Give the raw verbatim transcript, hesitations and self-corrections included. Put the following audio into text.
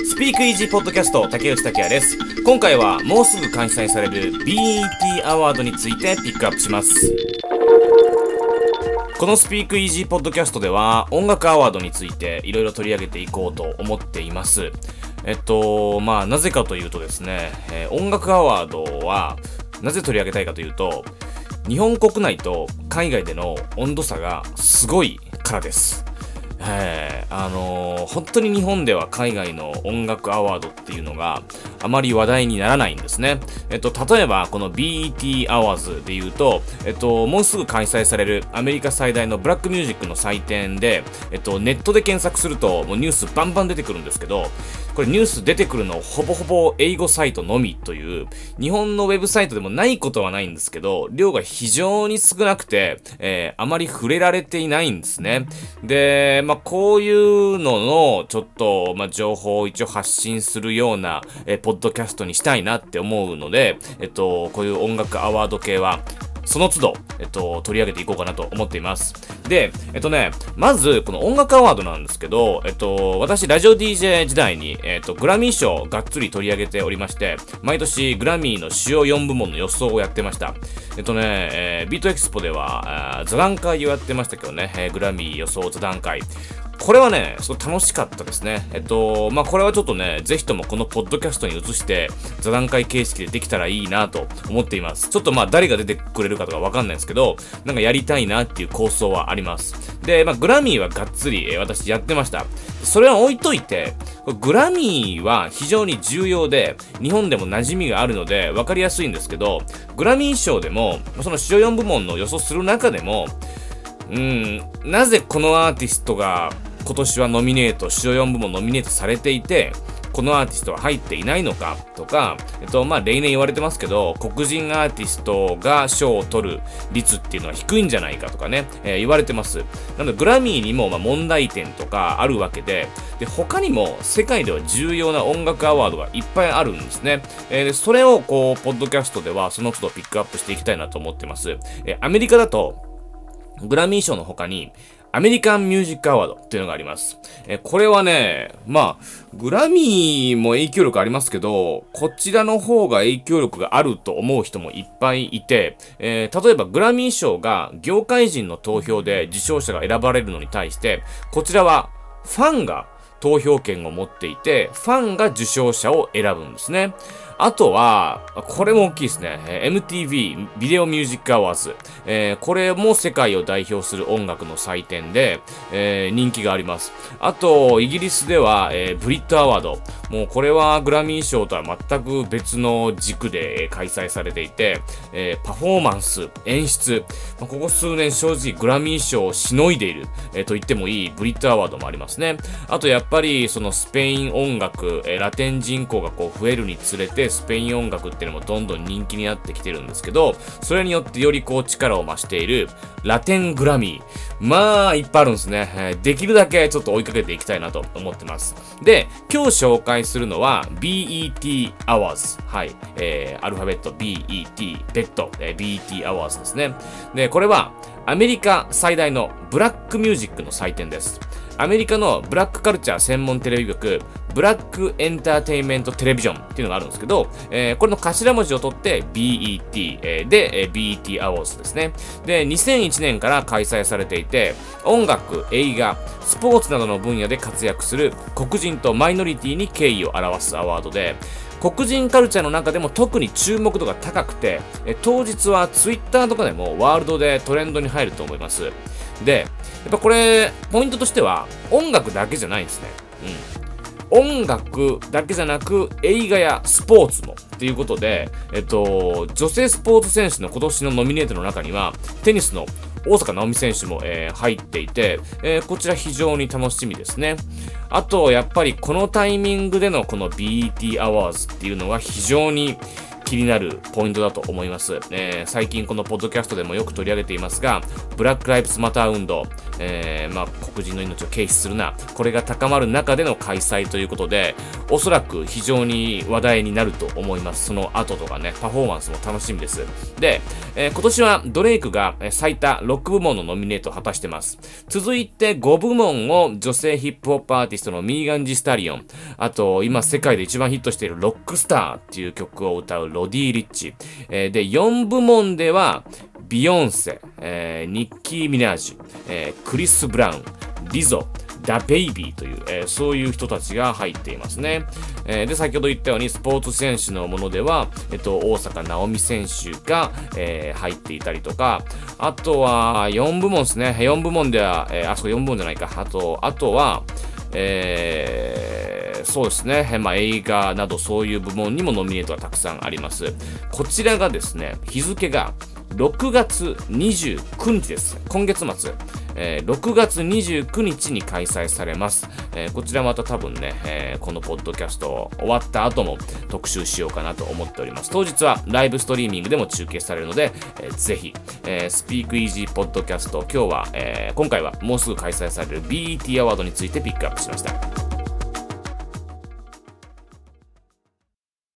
スピークイージーポッドキャスト竹内拓也です。今回はもうすぐ開催される ビーイーティー アワードについてピックアップします。このスピークイージーポッドキャストでは音楽アワードについていろいろ取り上げていこうと思っています。えっとまあなぜかというとですね、えー、音楽アワードはなぜ取り上げたいかというと、日本国内と海外での温度差がすごいからです。えー、あのー、本当に日本では海外の音楽アワードっていうのがあまり話題にならないんですね。えっと、例えばこの ビーイーティー アワーズで言うと、えっと、もうすぐ開催されるアメリカ最大のブラックミュージックの祭典で、えっと、ネットで検索するともうニュースバンバン出てくるんですけど、これニュース出てくるのほぼほぼ英語サイトのみという、日本のウェブサイトでもないことはないんですけど、量が非常に少なくて、えー、あまり触れられていないんですね。で、まあ、こういうのの、ちょっと、まあ、情報を一応発信するような、えー、ポッドキャストにしたいなって思うので、えっと、こういう音楽アワード系は、その都度、えっと、取り上げていこうかなと思っています。で、えっとね、まず、この音楽アワードなんですけど、えっと、私、ラジオ ディージェー 時代に、えっと、グラミー賞をがっつり取り上げておりまして、毎年、グラミーの主要よん部門の予想をやってました。えっとね、えー、ビートエキスポでは、座談会をやってましたけどね、えー、グラミー予想座談会。これはね、すごい楽しかったですね。えっと、まあ、これはちょっとね、ぜひともこのポッドキャストに移して、座談会形式でできたらいいなと思っています。ちょっとまあ、誰が出てくれるかとかわかんないんですけど、なんかやりたいなっていう構想はあります。で、まあ、グラミーはがっつり、えー、私やってました。それは置いといて、グラミーは非常に重要で、日本でも馴染みがあるので、わかりやすいんですけど、グラミー賞でも、その主要よん部門の予想する中でも、うん、なぜこのアーティストが、今年はノミネート、主要よん部門ノミネートされていて、このアーティストは入っていないのかとか、えっと、まあ、例年言われてますけど、黒人アーティストが賞を取る率っていうのは低いんじゃないかとかね、えー、言われてます。なので、グラミーにもまあ問題点とかあるわけで、で、他にも世界では重要な音楽アワードがいっぱいあるんですね。えー、でそれを、こう、ポッドキャストではその都度ピックアップしていきたいなと思ってます。えー、アメリカだと、グラミー賞の他に、アメリカンミュージックアワードっていうのがあります。え、これはね、まあ、グラミーも影響力ありますけど、こちらの方が影響力があると思う人もいっぱいいて、えー、例えばグラミー賞が業界人の投票で受賞者が選ばれるのに対して、こちらはファンが投票権を持っていて、ファンが受賞者を選ぶんですね。あとは、これも大きいですね。エムティーブイ ビデオミュージックアワーズ。えー、これも世界を代表する音楽の祭典で、えー、人気があります。あと、イギリスでは、えー、ブリットアワード。もうこれはグラミー賞とは全く別の軸で開催されていて、えー、パフォーマンス、演出。ここ数年正直グラミー賞をしのいでいる、えー、と言ってもいいブリットアワードもありますね。あとやっぱりそのスペイン音楽、えー、ラテン人口がこう増えるにつれて、スペイン音楽っていうのもどんどん人気になってきてるんですけど、それによってよりこう力を増しているラテングラミー。まあ、いっぱいあるんですね。えー、できるだけちょっと追いかけていきたいなと思ってます。で、今日紹介するのは ビーイーティー Hours。はい。えー、アルファベット ビーイーティー、ベッド、えー、ビーイーティー Hours ですね。で、これはアメリカ最大のブラックミュージックの祭典です。アメリカのブラックカルチャー専門テレビ局、ブラックエンターテインメントテレビジョンっていうのがあるんですけど、えー、これの頭文字を取って ビーイーティー、えー、で、えー、ビーイーティー Awards ですね。で、にせんいちねんから開催されていて、音楽、映画、スポーツなどの分野で活躍する黒人とマイノリティに敬意を表すアワードで、黒人カルチャーの中でも特に注目度が高くて、え当日はツイッターとかでもワールドでトレンドに入ると思います。で、やっぱこれ、ポイントとしては音楽だけじゃないんですね。うん。音楽だけじゃなく映画やスポーツもということで、えっと、女性スポーツ選手の今年のノミネートの中にはテニスの大坂なおみ選手も、えー、入っていて、えー、こちら非常に楽しみですね。あとやっぱりこのタイミングでのこの ビーイーティー Awards っていうのは非常に気になるポイントだと思います。えー、最近このポッドキャストでもよく取り上げていますが、ブラックライブズマター運動、えー、まあ、黒人の命を軽視するな、これが高まる中での開催ということで、おそらく非常に話題になると思います。その後とかね、パフォーマンスも楽しみです。で、えー、今年はドレイクが最多ろくぶもんのノミネートを果たしてます。続いてごぶもんを女性ヒップホップアーティストのミーガン・ジ・スタリオン、あと今世界で一番ヒットしているロックスターっていう曲を歌うロディ・リッチ、えー、でよんぶもんではビヨンセ、えー、ニッキー・ミナージュ、えー、クリス・ブラウン、リゾ、ダ・ベイビーという、えー、そういう人たちが入っていますね。えー、で、先ほど言ったようにスポーツ選手のものでは、えっと、大坂なおみ選手が、えー、入っていたりとか、あとはよんぶもんですね。よんぶもんでは、えー、あ、そうよんぶもんじゃないか。あと、あとは、えー、そうですね。まあ、映画などそういう部門にもノミネートがたくさんあります。こちらがですね、日付がろくがつにじゅうくにちです。今月末。えー、ろくがつにじゅうくにちに開催されます。えー、こちらまた多分ね、えー、このポッドキャスト終わった後も特集しようかなと思っております。当日はライブストリーミングでも中継されるので、えー、ぜひ、えー、スピークイージーポッドキャスト、今日は、えー、今回はもうすぐ開催される ビーイーティー アワードについてピックアップしました。